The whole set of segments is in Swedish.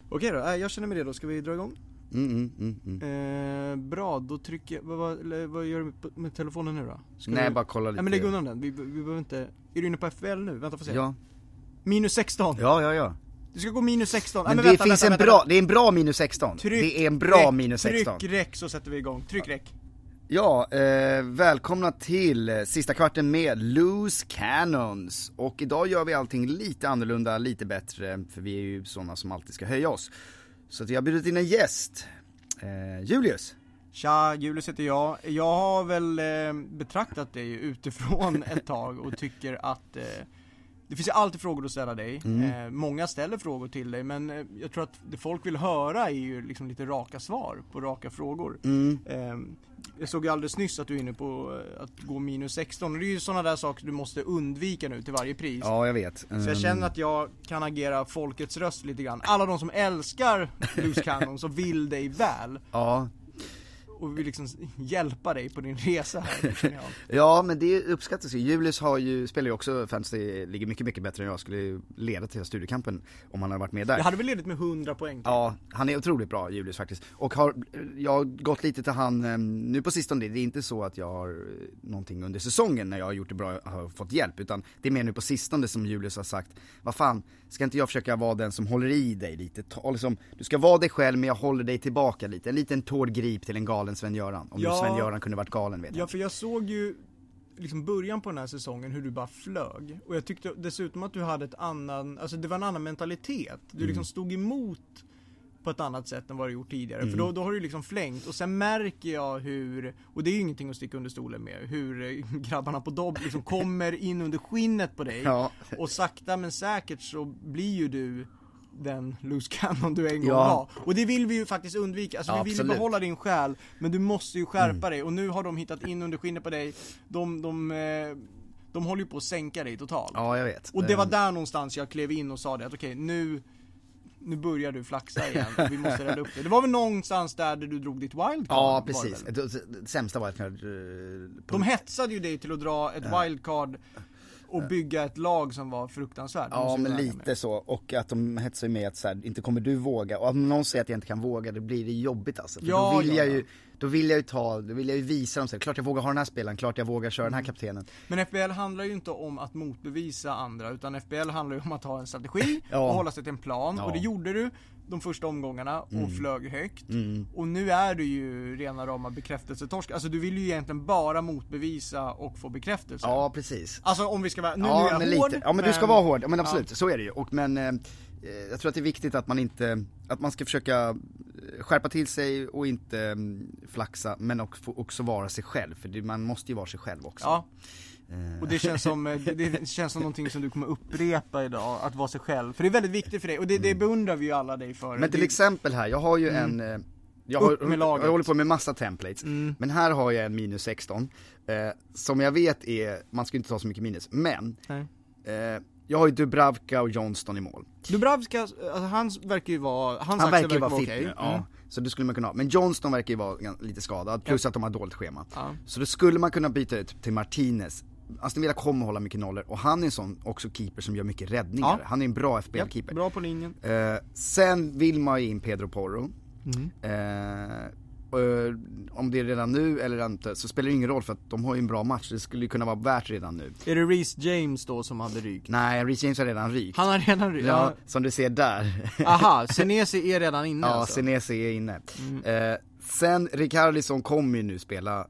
Okej då, jag känner mig redo. Ska vi dra igång? Bra, då trycker jag... Vad gör du med telefonen nu då? Nej, bara kolla lite. Nej, men lägg undan den. Vi behöver inte... Är du inne på FBL nu? Vänta, får se. Ja. Minus 16. Ja. Du ska gå minus 16. Men det finns en bra... Det är en bra minus 16. Det är en bra minus 16. Tryck räck så sätter vi igång. Tryck räck. Ja, välkomna till sista kvarten med Loose Cannons. Och idag gör vi allting lite annorlunda, lite bättre. För vi är ju sådana som alltid ska höja oss. Så att jag har bjudit in en gäst. Julius. Tja, Julius heter jag. Jag har väl betraktat dig utifrån ett tag och tycker att det finns ju alltid frågor att ställa dig. Många ställer frågor till dig, men jag tror att det folk vill höra är ju liksom lite raka svar på raka frågor. Jag såg ju alldeles nyss att du är inne på att gå minus 16. Och det är ju sådana där saker du måste undvika nu till varje pris. Ja, jag vet. Så jag känner att jag kan agera folkets röst lite grann. Alla de som älskar Loose Cannons och vill dig väl. Ja. Och vill liksom hjälpa dig på din resa här. Ja, men det uppskattas ju. Julius spelar ju också fantasy, ligger mycket bättre än jag. Skulle leda till studiekampen om han hade varit med där. Jag hade väl ledigt med 100 poäng. Ja, han är otroligt bra, Julius faktiskt. Och jag har gått lite till han nu på sistone. Det är inte så att jag har någonting under säsongen när jag har gjort det bra, har fått hjälp, utan det är mer nu på sistone som Julius har sagt: vad fan, ska inte jag försöka vara den som håller i dig lite? Liksom, du ska vara dig själv, men jag håller dig tillbaka lite. En liten tårgrip till en galen Sven-Göran. Om Sven-Göran kunde varit galen, vet jag. Ja, för jag såg ju liksom början på den här säsongen hur du bara flög. Och jag tyckte dessutom att du hade det var en annan mentalitet. Du liksom stod emot på ett annat sätt än vad du gjort tidigare. För då har du liksom flängt. Och sen märker jag hur, och det är ju ingenting att sticka under stolen med, hur grabbarna på Dobb liksom kommer in under skinnet på dig. Ja. Och sakta men säkert så blir ju du den Loose Cannon du en gång var. Och det vill vi ju faktiskt undvika. Alltså vi vill ju behålla din själ, men du måste ju skärpa dig. Och nu har de hittat in under skinnet på dig. De håller ju på att sänka dig totalt. Ja, jag vet. Och det var där någonstans jag klev in och sa det att okej, nu börjar du flaxa igen. Vi måste rädda upp det. Det var väl någonstans där du drog ditt wildcard. Ja, precis. Det sämsta wildcard. De hetsade ju dig till att dra ett wildcard och bygga ett lag som var fruktansvärt. Ja, men lite så. Och att de hetsar ju med att så här, inte kommer du våga. Och om någon säger att jag inte kan våga, det blir det jobbigt alltså. För då vill jag ju visa dem så här, klart jag vågar ha den här spelaren, klart jag vågar köra den här kaptenen. Men FBL handlar ju inte om att motbevisa andra, utan FBL handlar ju om att ha en strategi och hålla sig till en plan. Och det gjorde du de första omgångarna och flög högt. Och nu är du ju rena rama bekräftelsetorsk. Alltså du vill ju egentligen bara motbevisa och få bekräftelse. Ja, precis. Alltså om vi ska vara, nu är jag hård. Ja, men du ska vara hård. Ja, men absolut, så är det ju. Men jag tror att det är viktigt att man ska försöka skärpa till sig och inte flaxa, men också vara sig själv, för man måste ju vara sig själv också. Ja. Och det känns som någonting som du kommer upprepar idag, att vara sig själv. För det är väldigt viktigt för dig, och det beundrar vi ju alla dig för. Men till exempel här, jag har ju jag håller på med massa templates, men här har jag en minus 16 som jag vet man ska inte ta så mycket minus, men jag har ju Dubravka och Johnston i mål. Dubravka, alltså, han verkar ju vara fit nu, ja. Så det skulle man kunna ha. Men Johnston verkar ju vara lite skadad, plus att de har dåligt schema. Så då skulle man kunna byta ut till Martinez. Aston Villa kommer hålla mycket nollor, och han är en sån också keeper som gör mycket räddningar. Han är en bra FBL-keeper. Bra på linjen. Sen vill man ju in Pedro Porro. Om det är redan nu eller inte, så spelar det ingen roll, för att de har ju en bra match. Det skulle ju kunna vara värt redan nu. Är det Reece James då som hade rykt? Nej, Reece James har redan rykt. Han har redan rykt? Ja, som du ser där. Aha, Senesi är redan inne. Ja, alltså. Senesi är inne. Sen Richarlison kommer ju nu spela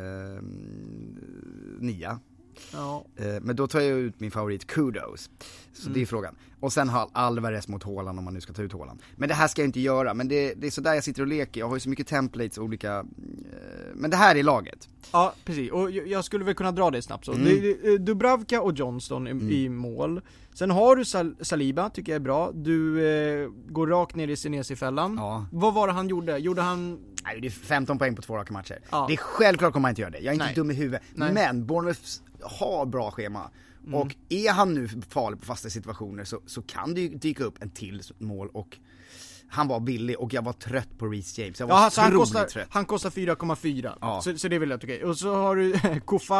9. Ja. Men då tar jag ut min favorit Kudos. Så det är frågan. Och sen har Alvarez mot Haaland, om man nu ska ta ut Haaland. Men det här ska jag inte göra. Men det är så där jag sitter och leker. Jag har ju så mycket templates och olika. Men det här är laget. Ja, precis. Och jag skulle väl kunna dra det snabbt så. Dubravka och Johnston i mål. Sen har du Saliba, tycker jag är bra. Du går rakt ner i Senesi-fällan. Ja. Vad var det han gjorde? Nej, det är 15 poäng på 2 raka matcher. Ja. Det är självklart kommer han inte göra det. Jag är inte dum i huvudet. Nej. Men Bournemouth har bra schema. Och är han nu farlig på fasta situationer, så kan det ju dyka upp en till mål. Och han var billig, och jag var trött på Reece James. Jag var trött. Han kostar 4,4. Ja. Så det är väl rätt okej. Och så har du Kofall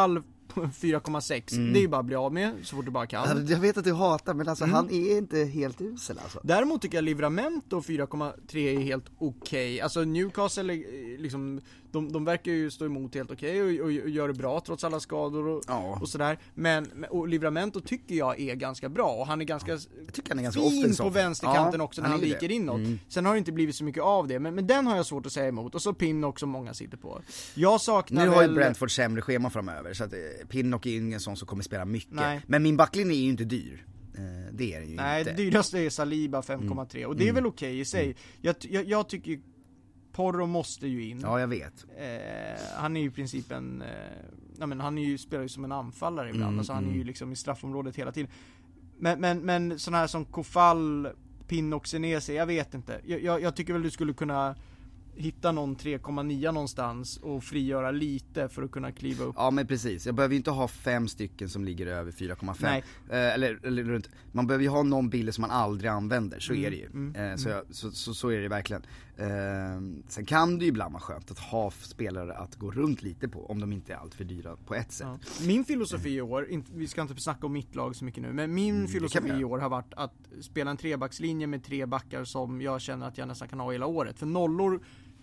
4,6. Det är ju bara att bli av med så fort du bara kan. Alltså, jag vet att du hatar, men alltså han är inte helt usel alltså. Däremot tycker jag Livramento 4,3 är helt okej. Alltså Newcastle liksom, de verkar ju stå emot helt okej och gör det bra trots alla skador och sådär. Men och Livramento tycker jag är ganska bra, och han är ganska, fin på vänsterkanten också när han viker inåt. Sen har det inte blivit så mycket av det, men den har jag svårt att säga emot. Och så Pinnock som många sitter på. Jag saknar nu har ju Brentford sämre schema framöver, så att Pinnock är ju ingen sån som kommer spela mycket. Nej. Men min backlinje är ju inte dyr. Det är det ju inte. Nej, det dyraste är Saliba 5,3 och det är väl okej i sig. Jag tycker Porro måste ju in. Ja, jag vet. Han är ju i princip han är ju, spelar ju som en anfallare ibland. Alltså han är ju liksom i straffområdet hela tiden. Men sån här som Kofall, Pinnock, Senesi, jag vet inte. Jag tycker väl du skulle kunna hitta någon 3,9 någonstans och frigöra lite för att kunna kliva upp. Ja, men precis. Jag behöver ju inte ha 5 stycken som ligger över 4,5. Eller runt. Man behöver ju ha någon bild som man aldrig använder, så är det ju. Så är det verkligen. Sen kan det ju ibland vara skönt att ha spelare att gå runt lite på, om de inte är allt för dyra på ett sätt. Ja. Min filosofi i år, vi ska inte snacka om mitt lag så mycket nu, men min filosofi i år har varit att spela en trebackslinje med 3 backar som jag känner att jag nästan kan ha hela året. För nollor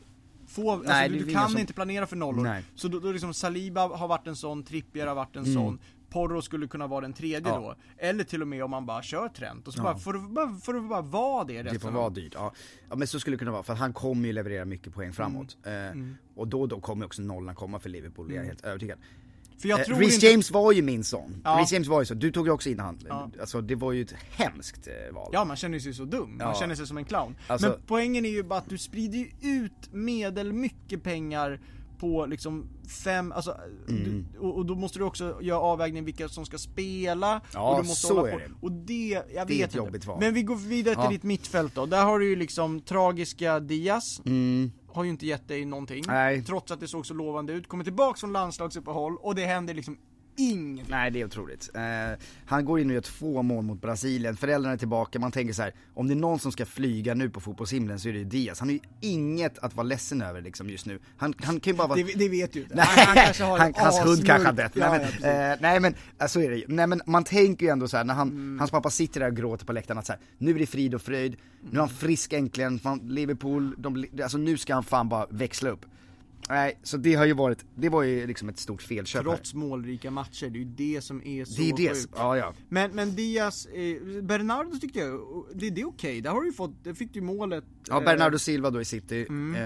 du kan inte planera för nollor. Nej. Så då liksom Saliba har varit en sån, Trippier har varit en sån, Porro skulle kunna vara den tredje då. Eller till och med om man bara kör Trent och så bara får det bara vara det får vara dyrt. Ja, men så skulle det kunna vara, för han kommer ju leverera mycket poäng framåt. Och då kommer också nollan komma för Liverpool, jag är helt övertygad. För jag tror Reece James var ju min sån. Reece James var ju så. Du tog ju också in hand. Alltså det var ju ett hemskt val. Ja, man känner sig så dum. Man känner sig som en clown. Alltså, men poängen är ju bara att du sprider ju ut mycket pengar på liksom 5, alltså och då måste du också göra avvägning vilka som ska spela, och du måste så hålla är på. det. Och det jag det vet är jobbigt val. Men vi går vidare till ditt mittfält då. Där har du ju liksom tragiska Diaz. Har ju inte gett dig någonting. Nej. Trots att det såg så lovande ut. Kommer tillbaka från landslagsuppehåll och det händer liksom ingenting. Nej, det är otroligt. Han går in och gör 2 mål mot Brasilien. Föräldrarna är tillbaka. Man tänker så här: om det är någon som ska flyga nu på fotbollshimlen så är det Diaz. Han är ju inget att vara ledsen över liksom just nu. Han kan ju bara vara... det vet du inte. Nej, hans hund kanske har dött. Nej men så är det ju. Nej, men man tänker ju ändå så här när hans pappa sitter där och gråter på läktaren att så här, nu är det frid och fröjd. Nu är han frisk äntligen. Liverpool, alltså nu ska han fan bara växla upp. Nej, så det var ju liksom ett stort felköp. Trots målrika matcher, det är ju det som är så sjukt. Ja. Men Diaz, Bernardo tyckte jag, det är okej. Där har du fått, det fick du målet. Ja, Bernardo Silva då i City.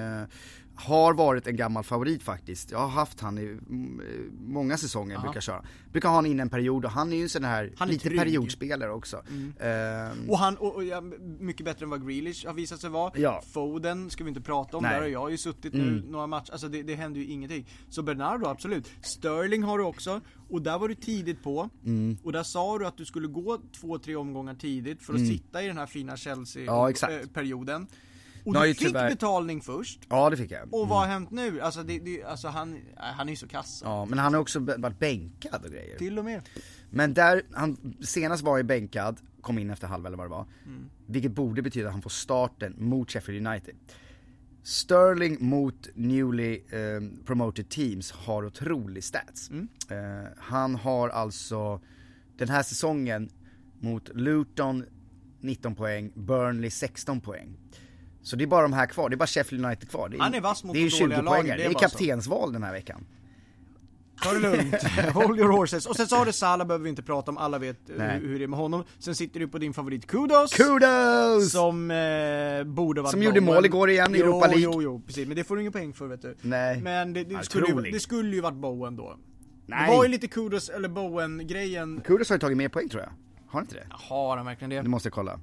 Har varit en gammal favorit faktiskt. Jag har haft han i många säsonger. Brukar ha han in en period, och han är ju sån här lite periodspelare också. Och han mycket bättre än vad Grealish har visat sig vara. Foden ska vi inte prata om. Där har jag ju suttit nu några matcher. Alltså det händer ju ingenting. Så Bernardo, absolut. Sterling har du också. Och där var du tidigt på. Och där sa du att du skulle gå 2-3 omgångar tidigt för att sitta i den här fina Chelsea-perioden. Och du fick betalning först. Ja, det fick jag. Och vad har hänt nu? Alltså, alltså han är ju så kass. Ja, men han har också varit bänkad och grejer. Till och med. Men där, han senast var ju bänkad, kom in efter halva eller vad det var. Vilket borde betyda att han får starten mot Sheffield United. Sterling mot newly promoted teams har otrolig stats. Han har alltså den här säsongen mot Luton 19 poäng, Burnley 16 poäng. Så det är bara de här kvar, det är bara Sheffield United kvar. Han är vass mot de dåliga lagen. Det är kaptensval den här veckan. Ta det lugnt, hold your horses. Och sen så har det Salah, behöver vi inte prata om, alla vet hur det är med honom. Sen sitter du på din favorit Kudos! Som borde vara som gjorde mål igår igen i Europa League. Jo, precis, men det får du ingen poäng för, vet du. Nej. Men det skulle ju varit Bowen då. Nej. Det var ju lite Kudos eller Bowen-grejen. Kudos har ju tagit mer poäng, tror jag. Har inte det? Har han verkligen det? Det måste jag kolla.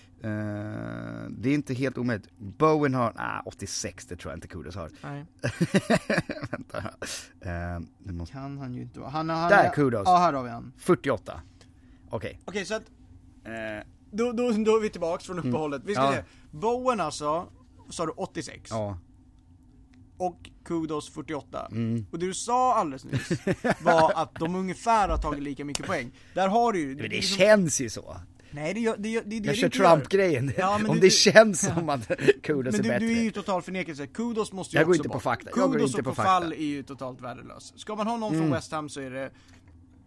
Det är inte helt omöjligt. Bowen har 86, det tror jag inte Kudos har. Nej. Vänta. Kan han ju inte vara. Där Kudos. Ja, här har vi han. 48. Okej, så att då är vi tillbaks från uppehållet. Vi ska se. Bowen alltså, sa du 86. Ja. Och Kudos 48. Och det du sa alldeles nyss var att de ungefär har tagit lika mycket poäng. Där har du ju. Men det känns ju så. Nej, det jag kör Trump-grejen. Ja, om det känns som att Kudos är bättre. Men du är ju totalt förnekelse. Kudos måste ju jag också går inte på fakta. Kudos och på fall är ju totalt värdelös. Ska man ha någon från West Ham så är det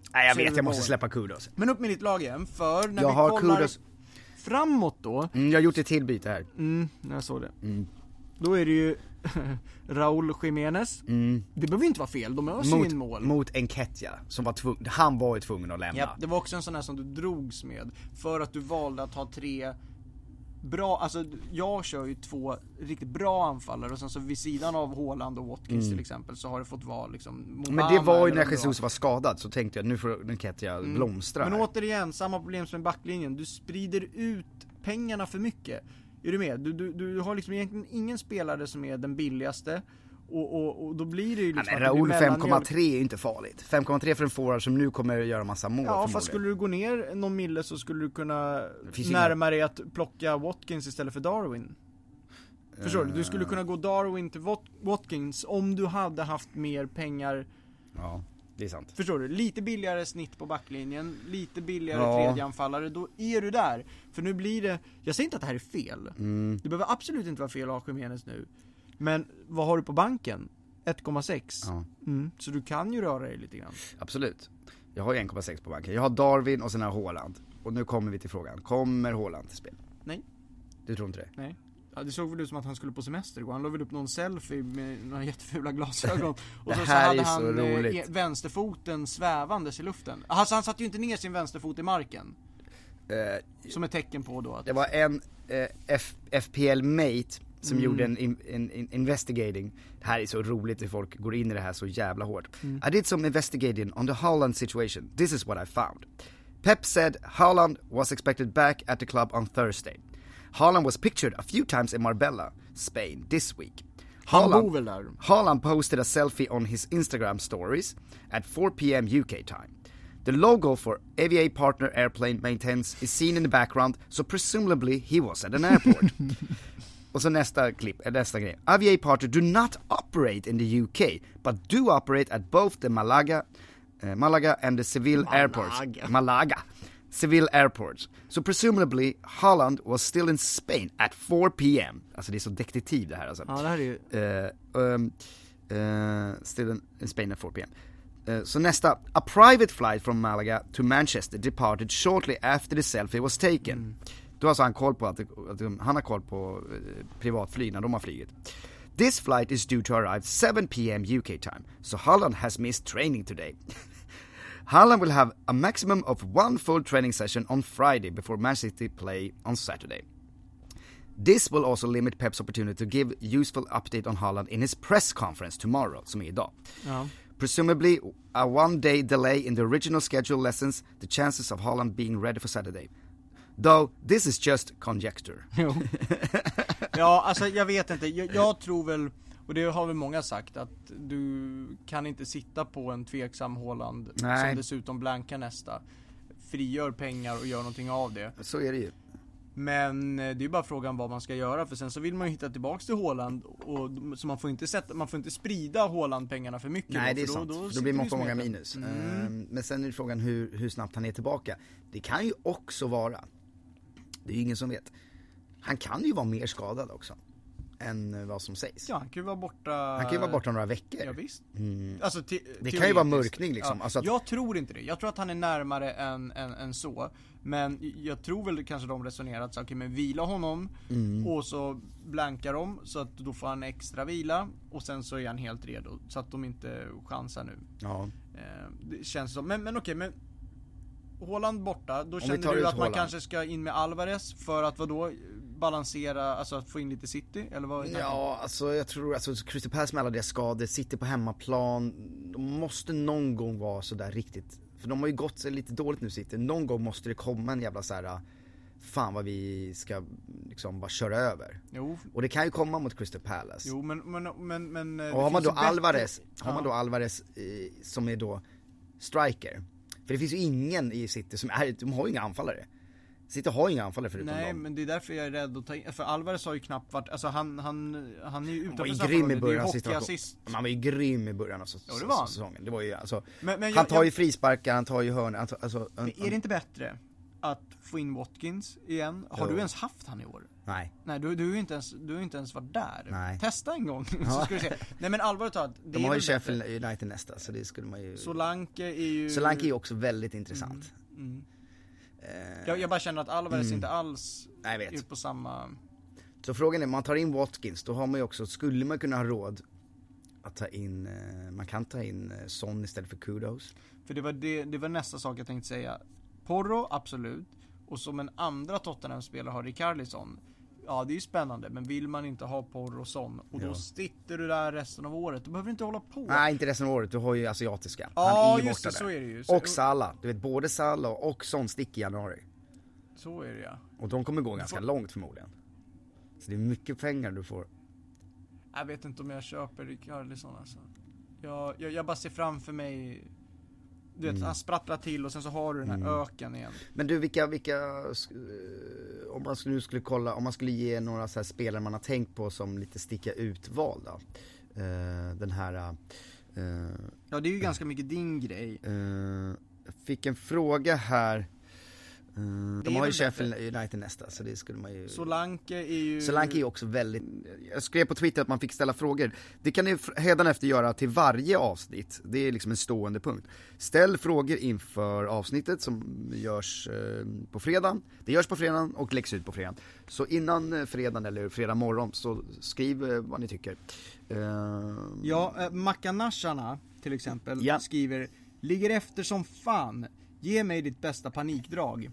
Nej, jag vet, jag måste släppa kudos. Men upp med ditt lag igen, för när jag vi har kollar kudos. Framåt då. Jag har gjort ett tillbyte här. Jag såg det. Då är det ju Raúl Jiménez. Det behöver inte vara fel, de öser in mål. Mot Enketia, som var han var ju tvungen att lämna. Ja, det var också en sån här som du drogs med. För att du valde att ha 3 bra, alltså jag kör ju 2 riktigt bra anfallare. Och sen så vid sidan av Haaland och Watkins till exempel, så har det fått vara liksom Men det var ju när Jesus var skadad, så tänkte jag nu får Enketia blomstra. Men återigen, samma problem som med backlinjen. Du sprider ut pengarna för mycket. Är du med? Du har liksom egentligen ingen spelare som är den billigaste. Och då blir det ju liksom... men Raúl 5,3 är ju inte farligt. 5,3 för en forward som nu kommer att göra massa mål. Ja, fast skulle du gå ner någon mille så skulle du kunna närma dig att plocka Watkins istället för Darwin. Förstår du? Du skulle kunna gå Darwin till Watkins om du hade haft mer pengar. Ja, det är sant. Förstår du? Lite billigare snitt på backlinjen, lite billigare tredjeanfallare, då är du där. För nu blir det, jag säger inte att det här är fel. Det behöver absolut inte vara fel att ha Jiménez nu. Men vad har du på banken? 1,6. Ja. Så du kan ju röra dig lite grann. Absolut. Jag har 1,6 på banken. Jag har Darwin och sen har Haaland. Och nu kommer vi till frågan. Kommer Haaland till spel? Nej. Du tror inte det? Nej. Ja, det såg väl ut som att han skulle på semester igår. Han la väl upp någon selfie med några jättefula glasögon. Och så hade han vänsterfoten svävandes i luften. Alltså han satt ju inte ner sin vänsterfot i marken. Som ett tecken på då att... Det var en FPL-mate som gjorde en investigating. Det här är så roligt när folk går in i det här så jävla hårt. I did some investigating on the Haaland situation. This is what I found. Pep said Haaland was expected back at the club on Thursday. Haaland was pictured a few times in Marbella, Spain, this week. Haaland posted a selfie on his Instagram stories at 4 p.m. UK time. The logo for AVA Partner Airplane Maintenance is seen in the background, so presumably he was at an airport. Och så nästa grej. AVA Partner do not operate in the UK, but do operate at both the Malaga and the Seville airports. Seville airports. So presumably Haaland was still in Spain at 4 p.m. Alltså det är så detektiv det här alltså. Ja, det här är ju still in Spain at 4 p.m. Så nästa, a private flight from Malaga to Manchester departed shortly after the selfie was taken. Då har alltså han koll på att han har koll på privatflyg när de har flygit. This flight is due to arrive 7 p.m. UK time, so Haaland has missed training today. Haaland will have a maximum of 1 full training session on Friday before Man City play on Saturday. This will also limit Pep's opportunity to give useful update on Haaland in his press conference tomorrow, som är idag. Ja. Presumably a 1-day delay in the original schedule lessens the chances of Haaland being ready for Saturday. Though this is just conjecture. Ja, alltså jag vet inte. Jag tror väl, och det har väl många sagt, att du kan inte sitta på en tveksam Haaland som dessutom blankar nästa. Frigör pengar och gör någonting av det. Så är det ju. Men det är ju bara frågan vad man ska göra, för sen så vill man ju hitta tillbaks till Haaland, och så man får inte sprida Haaland pengarna för mycket. Nej, det är sant. Då blir man för många minus. Men sen är det frågan hur snabbt han är tillbaka. Det kan ju också vara, det är ju ingen som vet, han kan ju vara mer skadad också än vad som sägs. Ja, han kan ju vara borta några veckor. Ja, visst. Alltså, det kan ju vara mörkning liksom. Ja. Alltså jag tror inte det. Jag tror att han är närmare än så. Men jag tror väl kanske de resonerat så okej, men vila honom och så blankar de så att då får han extra vila och sen så är han helt redo så att de inte chansar nu. Ja. Det känns som, men okej, men Haaland borta, då känner du att man kanske ska in med Alvarez för att vadå balansera, alltså att få in lite City, eller vad? Ja, alltså jag tror, alltså Crystal Palace med alla deras skador, City på hemmaplan, de måste någon gång vara så där riktigt, för de har ju gått sig lite dåligt nu City, någon gång måste det komma en jävla så här, fan vad vi ska liksom bara köra över. Jo. Och det kan ju komma mot Crystal Palace. Jo, men och har man då Alvarez, Alvarez som är då striker. För det finns ju ingen i City som de har ju inga anfallare. City har inga anfallare förutom dem. Nej, men det är därför jag är rädd att ta in, för Alvarez har ju knappt varit, alltså han är ju utanför straffområdet. Man var ju grym i början av säsongen. Det var ju alltså, men han tar ju frisparkar, han tar ju hörn, alltså, är det inte bättre att få in Watkins igen? Har du ens haft han i år? Nej, du har ju inte ens varit där. Nej. Testa en gång, så ska du se. Nej men allvarligt talat, de har ju Sheffield United nästa, så det skulle man ju... Solanke är ju också väldigt intressant. Jag bara känner att Alvarez inte alls är på samma... Så frågan är, man tar in Watkins, då har man ju också, skulle man kunna ha råd att ta in, man kan ta in Son istället för Kudos. För det var nästa sak jag tänkte säga. Porro, absolut. Och som en andra Tottenham-spelare har Richarlison. Ja, det är ju spännande, men vill man inte ha Porro och Son, och då sitter du där resten av året, du behöver inte hålla på. Nej, inte resten av året, du har ju asiatiska. Ja, han är just det, där. Så är det ju. Och Salah, du vet, både Salah och Son sticker i januari. Så är det, ja. Och de kommer gå ganska långt förmodligen. Så det är mycket pengar du får. Jag vet inte om jag köper Richarlison alltså. Jag bara ser framför mig, du vet, han sprattlar till och sen så har du den här öken igen. Men du, vilka om man nu skulle kolla, om man skulle ge några så här spelare man har tänkt på som lite sticka utvalda. Den här ja, det är ju ganska mycket din grej. Jag fick en fråga här. De har ju Sheffield United nästa, så det skulle man ju... Solanke är ju också väldigt... Jag skrev på Twitter att man fick ställa frågor. Det kan ni hädanefter göra till varje avsnitt. Det är liksom en stående punkt. Ställ frågor inför avsnittet som görs på fredag. Det görs på fredagen och läggs ut på fredag. Så innan fredagen eller fredag morgon, så skriv vad ni tycker. Makanasharna till exempel skriver: ligger efter som fan. Ge mig ditt bästa panikdrag.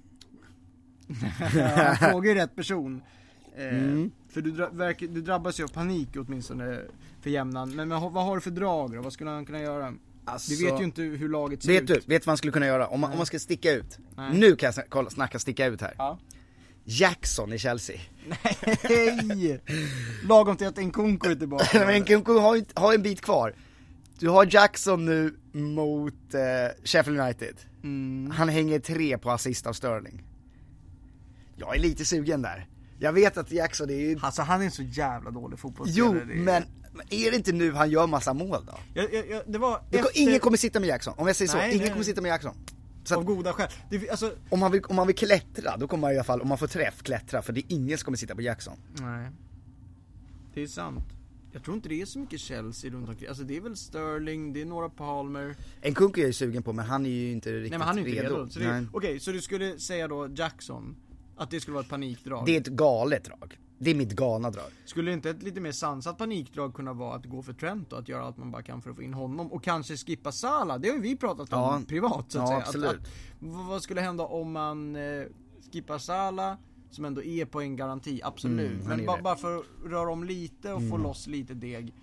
Han frågar ju rätt person. För du drabbas ju av panik åtminstone för jämnan. Men vad har du för drag då? Vad skulle han kunna göra? Alltså, du vet ju inte hur laget ser ut. Vet vad man skulle kunna göra? Om man ska sticka ut. Nej. Nu kan jag snacka sticka ut här. Ja. Jackson i Chelsea. Nej! Lagom till att Nkunku är tillbaka. Men Nkunku har en bit kvar. Du har Jackson nu mot Sheffield United. Han hänger 3 på assist av Sterling. Jag är lite sugen där. Jag vet att Jackson är ju... Alltså han är så jävla dålig fotbollsspelare. Jo, men är det inte nu han gör massa mål då? Ingen kommer sitta med Jackson. Om jag säger så, ingen kommer sitta med Jackson. Så av goda skäl. Alltså... om man vill klättra, då kommer man i alla fall, om man får träff, klättra. För det är ingen som kommer sitta på Jackson. Nej. Det är sant. Jag tror inte det är så mycket Chelsea runt omkring. Alltså det är väl Sterling, det är några Palmer. Nkunku är ju sugen på, men han är ju inte riktigt redo. Nej, men han är inte redo. Okej, så du skulle säga då Jackson, att det skulle vara ett panikdrag? Det är ett galet drag. Det är mitt galna drag. Skulle inte ett lite mer sansat panikdrag kunna vara att gå för Trent och att göra allt man bara kan för att få in honom? Och kanske skippa Salah, det har ju vi pratat om privat så att säga. Absolut. Vad skulle hända om man skippar Salah, som ändå är på en garanti, absolut. Men bara för att röra om lite och få loss lite deg.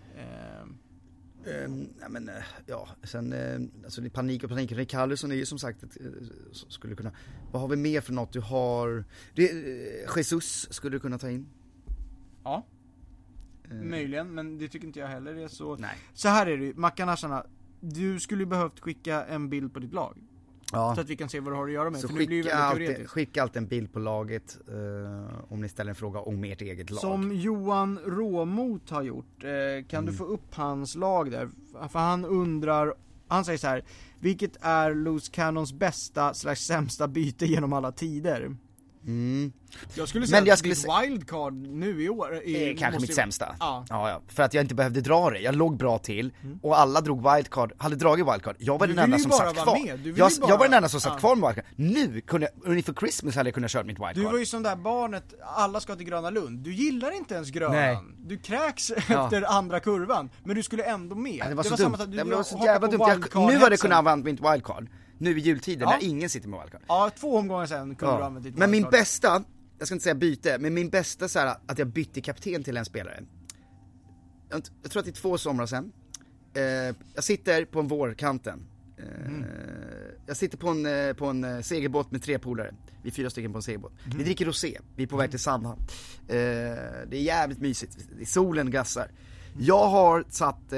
Sen alltså det är panik. Richarlison är ju som sagt skulle kunna. Vad har vi mer för något? Du har Jesus skulle du kunna ta in. Ja. Möjligen, men det tycker inte jag heller är så. Nej. Så här är det, Makanasharna. Du skulle behövt skicka en bild på ditt lag. Ja. Så att vi kan se vad du har att göra med. Så skicka alltid en bild på laget om ni ställer en fråga om ert eget lag. Som Johan Råmot har gjort. Kan du få upp hans lag där? För han undrar, han säger så här: vilket är Loose Cannons bästa / sämsta byte genom alla tider? Jag skulle säga att ditt wildcard nu i år är kanske mitt sämsta. Ja. För att jag inte behövde dra det. Jag låg bra till och alla drog wildcard, hade dragit wildcard. Jag var den enda som satt kvar. Jag var den enda som satt kvar med wildcard. Nu kunde inför Christmas hade jag kunnat köra mitt wildcard. Du var ju som där barnet, alla ska till Gröna Lund. Du gillar inte ens Grönan. Nej. Du kräks efter andra kurvan, men du skulle ändå med. Det var så dumt. Det var så jävla dumt. Nu hade jag kunnat använda mitt wildcard. Nu i jultiden när ingen sitter med wildcard. Ja, 2 omgångar sen kunde du använda ditt wildcard. Men min bästa, jag ska inte säga byte, men min bästa så här, att jag bytte kapten till en spelare. Jag tror att det är 2 somrar sen. Jag sitter på en vårkanten. Jag sitter på en segelbåt med 3 polare. Vi är 4 stycken på en segelbåt. Vi dricker rosé. Vi är på väg till Sandhamn. Det är jävligt mysigt. Solen gassar. Jag har satt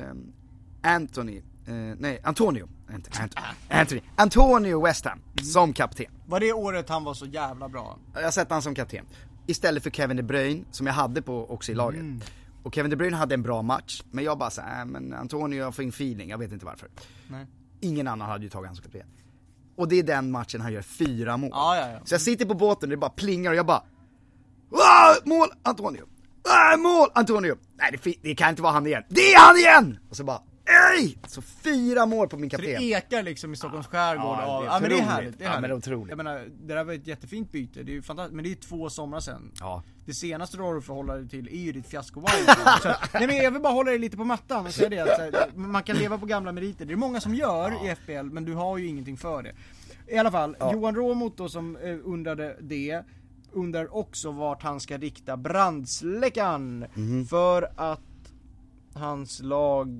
Antonio West Ham som kapten. Var det året han var så jävla bra? Jag sett han som kapten. Istället för Kevin De Bruyne som jag hade på också i laget. Och Kevin De Bruyne hade en bra match, men jag bara såhär, men Antonio, jag får en feeling, jag vet inte varför. Nej. Ingen annan hade ju tagit hans kapten. Och det är den matchen han gör 4 mål. Ja. Så jag sitter på båten och det bara plingar och jag bara, Mål Antonio! Mål Antonio! Nej, det kan inte vara han igen. Det är han igen! Och så bara, så 4 mål på min kapten. Det ekar liksom i Stockholms skärgård. Ja, Men det är härligt. Ja, men det är otroligt. Jag menar, det där var ett jättefint byte. Det är ju fantastiskt. Men det är ju 2 somrar sedan. Ja. Det senaste du har att förhålla dig till är ju ditt fiasko. Nej, men jag vill bara hålla dig lite på mattan och säga det att så här, man kan leva på gamla meriter. Det är många som gör i FBL, men du har ju ingenting för det. I alla fall, Johan Råmot då som undrade det, undrar också vart han ska rikta brandsläckan. För att hans lag,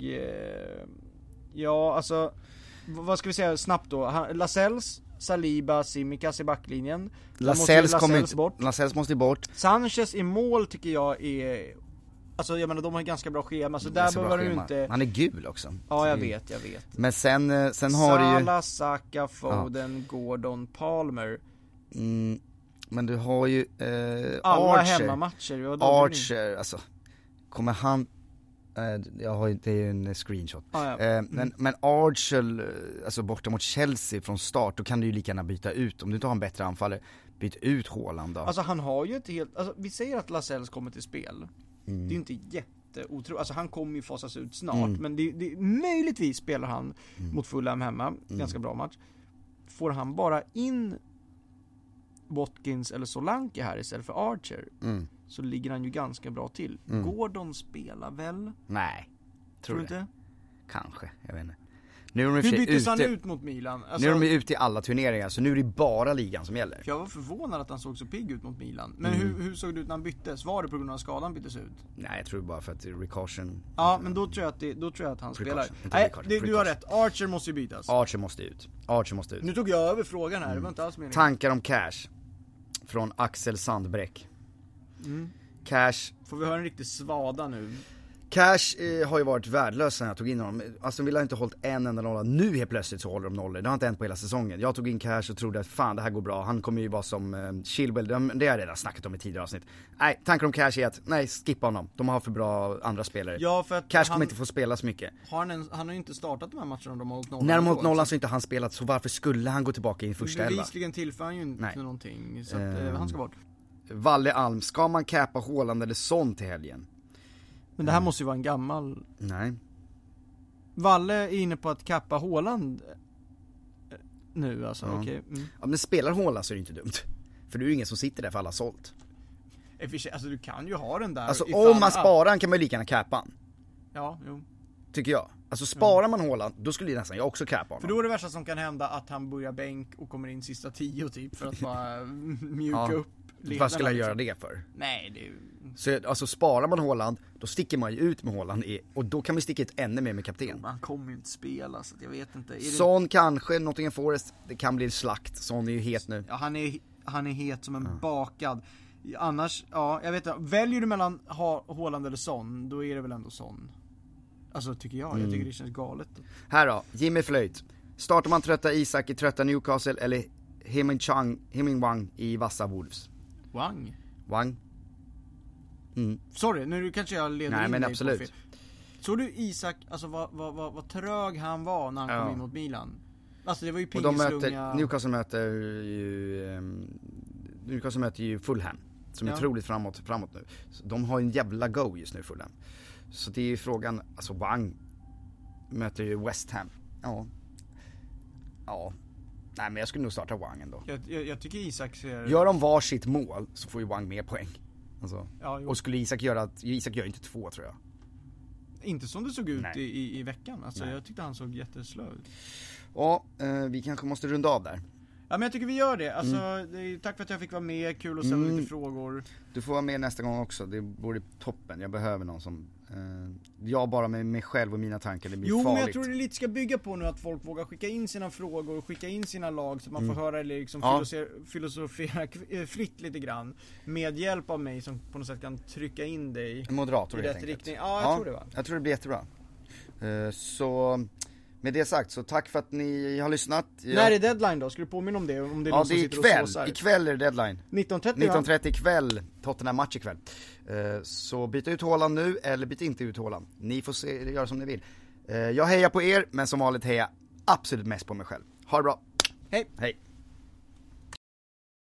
ja alltså, vad ska vi säga snabbt då? Lascelles, Saliba, Tsimikas i backlinjen. Lascelles måste bort. Sanchez i mål tycker jag är, alltså jag menar de har ganska bra schema, så där behöver du inte. Han är gul också. Ja, jag vet. Men sen har du ju Salah, Saka, Foden, Gordon, Palmer. Men du har ju alla Archer. hemmamatcher. Archer, alltså kommer han, det är ju en screenshot. Men Archer, alltså borta mot Chelsea från start, då kan du ju lika gärna byta ut. Om du inte har en bättre anfallare, byt ut Haaland då. Alltså han har ju ett helt, alltså vi säger att Lascelles kommer till spel. Det är ju inte jätteotroligt, alltså han kommer ju fasas ut snart. Men det möjligtvis spelar han mot Fulham hemma, ganska bra match. Får han bara in Watkins eller Solanke här istället för Archer, så ligger han ju ganska bra till. Gordon spelar väl? Nej, tror du inte? Kanske, jag vet inte. Nu är de hur byttes han ut mot Milan? Alltså, nu är de ute i alla turneringar, så nu är det bara ligan som gäller. Jag var förvånad att han såg så pigg ut mot Milan. Men hur såg det ut när han byttes? Var det på grund av skadan byttes ut? Nej, jag tror bara för att recaution. Ja, men då tror jag att han spelar. Nej, du har rätt. Archer måste ju bytas. Archer måste ut. Nu tog jag över frågan här, det var inte alls meningen. Tankar om Cash från Axel Sandbräck. Cash. Får vi höra en riktig svada nu? Cash har ju varit värdelös sen jag tog in honom. Alltså vill ha inte hållit en enda nolla. Nu helt plötsligt så håller de nollor. Det har inte hänt på hela säsongen. Jag tog in Cash och trodde att fan det här går bra. Han kommer ju vara som Chilwell. Det har jag redan snackat om i tidigare avsnitt. Nej, tankar om Cash är att nej, skippa honom. De har för bra andra spelare. Ja, för att Cash kommer inte få spela så mycket. Han har ju inte startat de här matcherna de har hållit nollan. När de har hållit nollan så har inte han spelat. Så varför skulle han gå tillbaka i första elva? Bevisligen tillför han ju inte någonting. Så att han ska bort. Valle Alm, ska man käpa Haaland eller Son till helgen? Men det här måste ju vara en gammal. Nej. Valle är inne på att kappa Haaland nu alltså, okej. Ja, men spelar Haaland så är det inte dumt. För det är ju ingen som sitter där för alla sålt. Alltså du kan ju ha den där. Alltså om man sparar han kan man ju lika gärna kappa han. Ja, jo. Tycker jag. Alltså sparar man Haaland, då skulle jag nästan jag också kappa honom. För då är det värsta som kan hända att han börjar bänk och kommer in sista 10 typ för att bara mjuka upp ledarna. Vad skulle jag göra det för? Nej, det är ju... Så alltså sparar man Haaland, då sticker man ju ut med Haaland och då kan man sticka ut ännu mer med kapten. Han kommer ju inte spela så att jag vet inte. Son kanske, Nottingham Forest, det kan bli en slakt. Son är ju het nu. Ja, han är het som en bakad. Annars, ja, jag vet inte. Väljer du mellan Haaland eller Son, då är det väl ändå Son. Alltså tycker jag tycker det känns galet. Här då, Jimmy Flöjt. Startar man trötta Isak i trötta Newcastle eller Heming Wang i vassa Wolves? Wang? Sorry, nu kanske jag leder in. Nej, men absolut. Så du Isak, alltså vad trög han var när han kom in mot Milan. Alltså det var ju pingislunga. Newcastle möter ju Fulham som är otroligt framåt nu. Så de har en jävla go just nu Fulham. Så det är ju frågan, alltså Wang möter ju West Ham. Ja. Nej, men jag skulle nog starta Wang ändå. Jag tycker Isak ser... Gör de var sitt mål så får ju Wang mer poäng. Alltså. Och skulle Isak gör inte 2 tror jag. Inte som det såg ut i veckan. Alltså jag tyckte han såg jätteslö ut. Ja, vi kanske måste runda av där. Ja, men jag tycker vi gör det. Alltså, tack för att jag fick vara med. Kul att ställa lite frågor. Du får vara med nästa gång också. Det vore toppen. Jag behöver någon som... jag bara med mig själv och mina tankar. Det blir farligt. Men jag tror det lite ska bygga på nu att folk vågar skicka in sina frågor och skicka in sina lag så att man får höra eller liksom filosofera fritt lite grann. Med hjälp av mig som på något sätt kan trycka in dig moderator, i rätt riktning. Ja, jag tror det va. Jag tror det blir jättebra. Så... Med det sagt, så tack för att ni har lyssnat. När är deadline då? Ska du påminna om det? Om det är någon som sitter ikväll. Och såsar? Ikväll är det deadline. 19:30 ikväll. Tottenham match ikväll. Så byt ut Haaland nu eller byt inte ut Haaland. Ni får göra som ni vill. Jag hejar på er, men som vanligt hejar absolut mest på mig själv. Ha det bra. Hej.